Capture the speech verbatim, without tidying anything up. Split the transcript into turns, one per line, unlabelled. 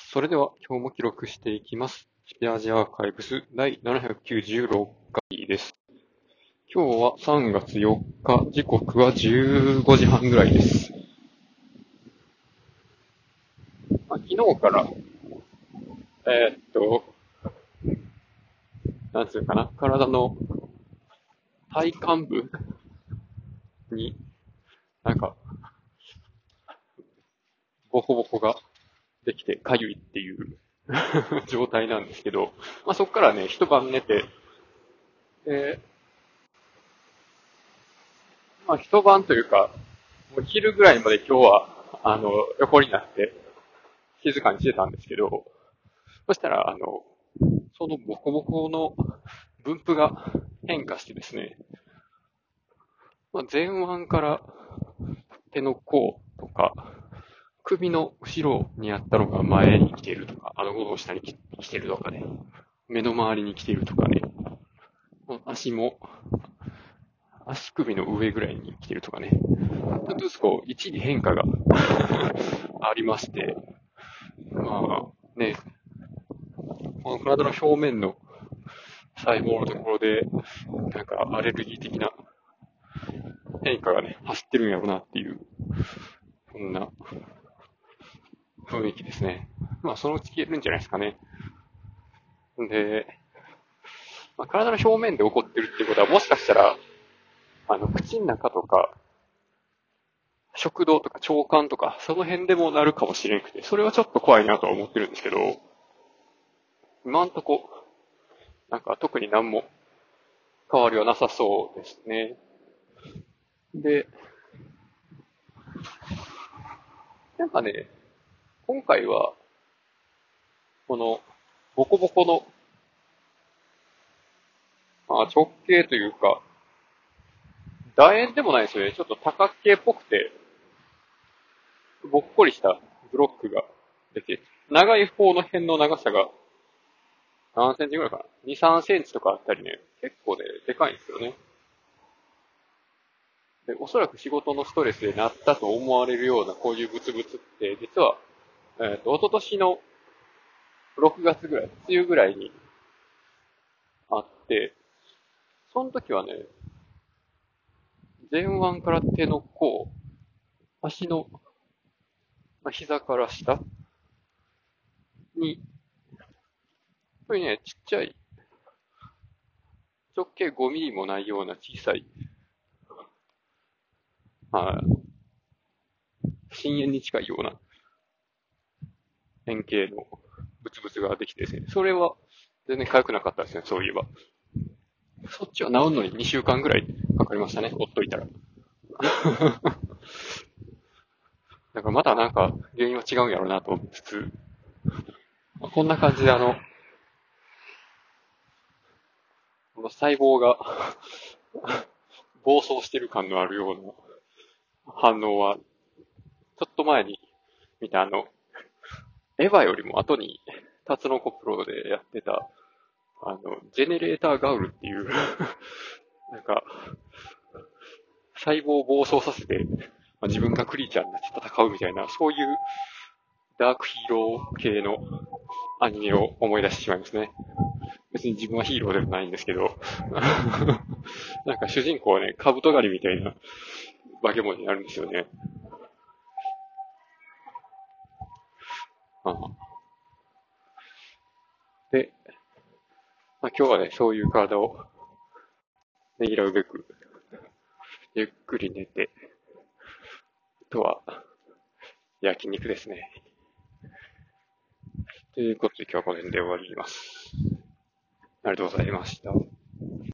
それでは今日も記録していきます。スペアジアーカイブスだいななひゃくきゅうじゅうろっかいです。今日はさんがつよっか、時刻はじゅうごじはんぐらいです。まあ、昨日から、えーっと、なんつうかな、体の体幹部になんかボコボコができてかゆいっていう状態なんですけど、まあ、そこからね、一晩寝て、えーまあ、一晩というか、もう昼ぐらいまで今日は、あの、横になって静かにしてたんですけど、そしたら、あの、そのボコボコの分布が変化してですね、まあ、前腕から手の甲とか、首の後ろにあったのが前に来ているとか、顎の下に来ているとかね、目の周りに来ているとかね、足も、足首の上ぐらいに来ているとかね、ちょっとずつこう、一時変化がありまして、まあね、この体の表面の細胞のところで、なんかアレルギー的な変化がね、走ってるんやろうなっていう、そんな雰囲気ですね。まあ、そのうち消えるんじゃないですかね。で、まあ、体の表面で起こってるっていうことは、もしかしたら、あの、口の中とか、食道とか腸管とか、その辺でもなるかもしれなくて、それはちょっと怖いなとは思ってるんですけど、今んとこ、なんか特に何も変わりはなさそうですね。で、なんかね、今回は、この、ボコボコの、まあ、直径というか、楕円でもないですよね。ちょっと多角形っぽくて、ぼっこりしたブロックが出て、長い方の辺の長さが何センチぐらいかな ?に、さんセンチとかあったりね、結構ね、でかいんですよね。で、おそらく仕事のストレスでなったと思われるようなこういうブツブツって、実は、えっ、と、一昨年のろくがつぐらい、梅雨ぐらいにあって、その時はね、前腕から手の甲、足の、まあ、膝から下に、これね、ちっちゃい、直径ごミリもないような小さい、まあ、深淵に近いような円形のブツブツができてですね、それは全然痒くなかったですね、そういえば。そっちは治るのににしゅうかんぐらいかかりましたね、ほっといたら。だからまたなんか原因は違うんやろうなと思いつつ、こんな感じであの、この細胞が暴走してる感のあるような反応は、ちょっと前に見たあの、エヴァよりも後にタツノコプロでやってた、あの、ジェネレーターガウルっていうなんか、細胞を暴走させて、まあ、自分がクリーチャーになって戦うみたいな、そういうダークヒーロー系のアニメを思い出してしまいますね。別に自分はヒーローでもないんですけど、なんか主人公はね、カブトガニみたいな化け物になるんですよね。ああで、まあ、今日はね、そういう体をねぎらうべく、ゆっくり寝て、あとは焼肉ですね。ということで今日はこの辺で終わります。ありがとうございました。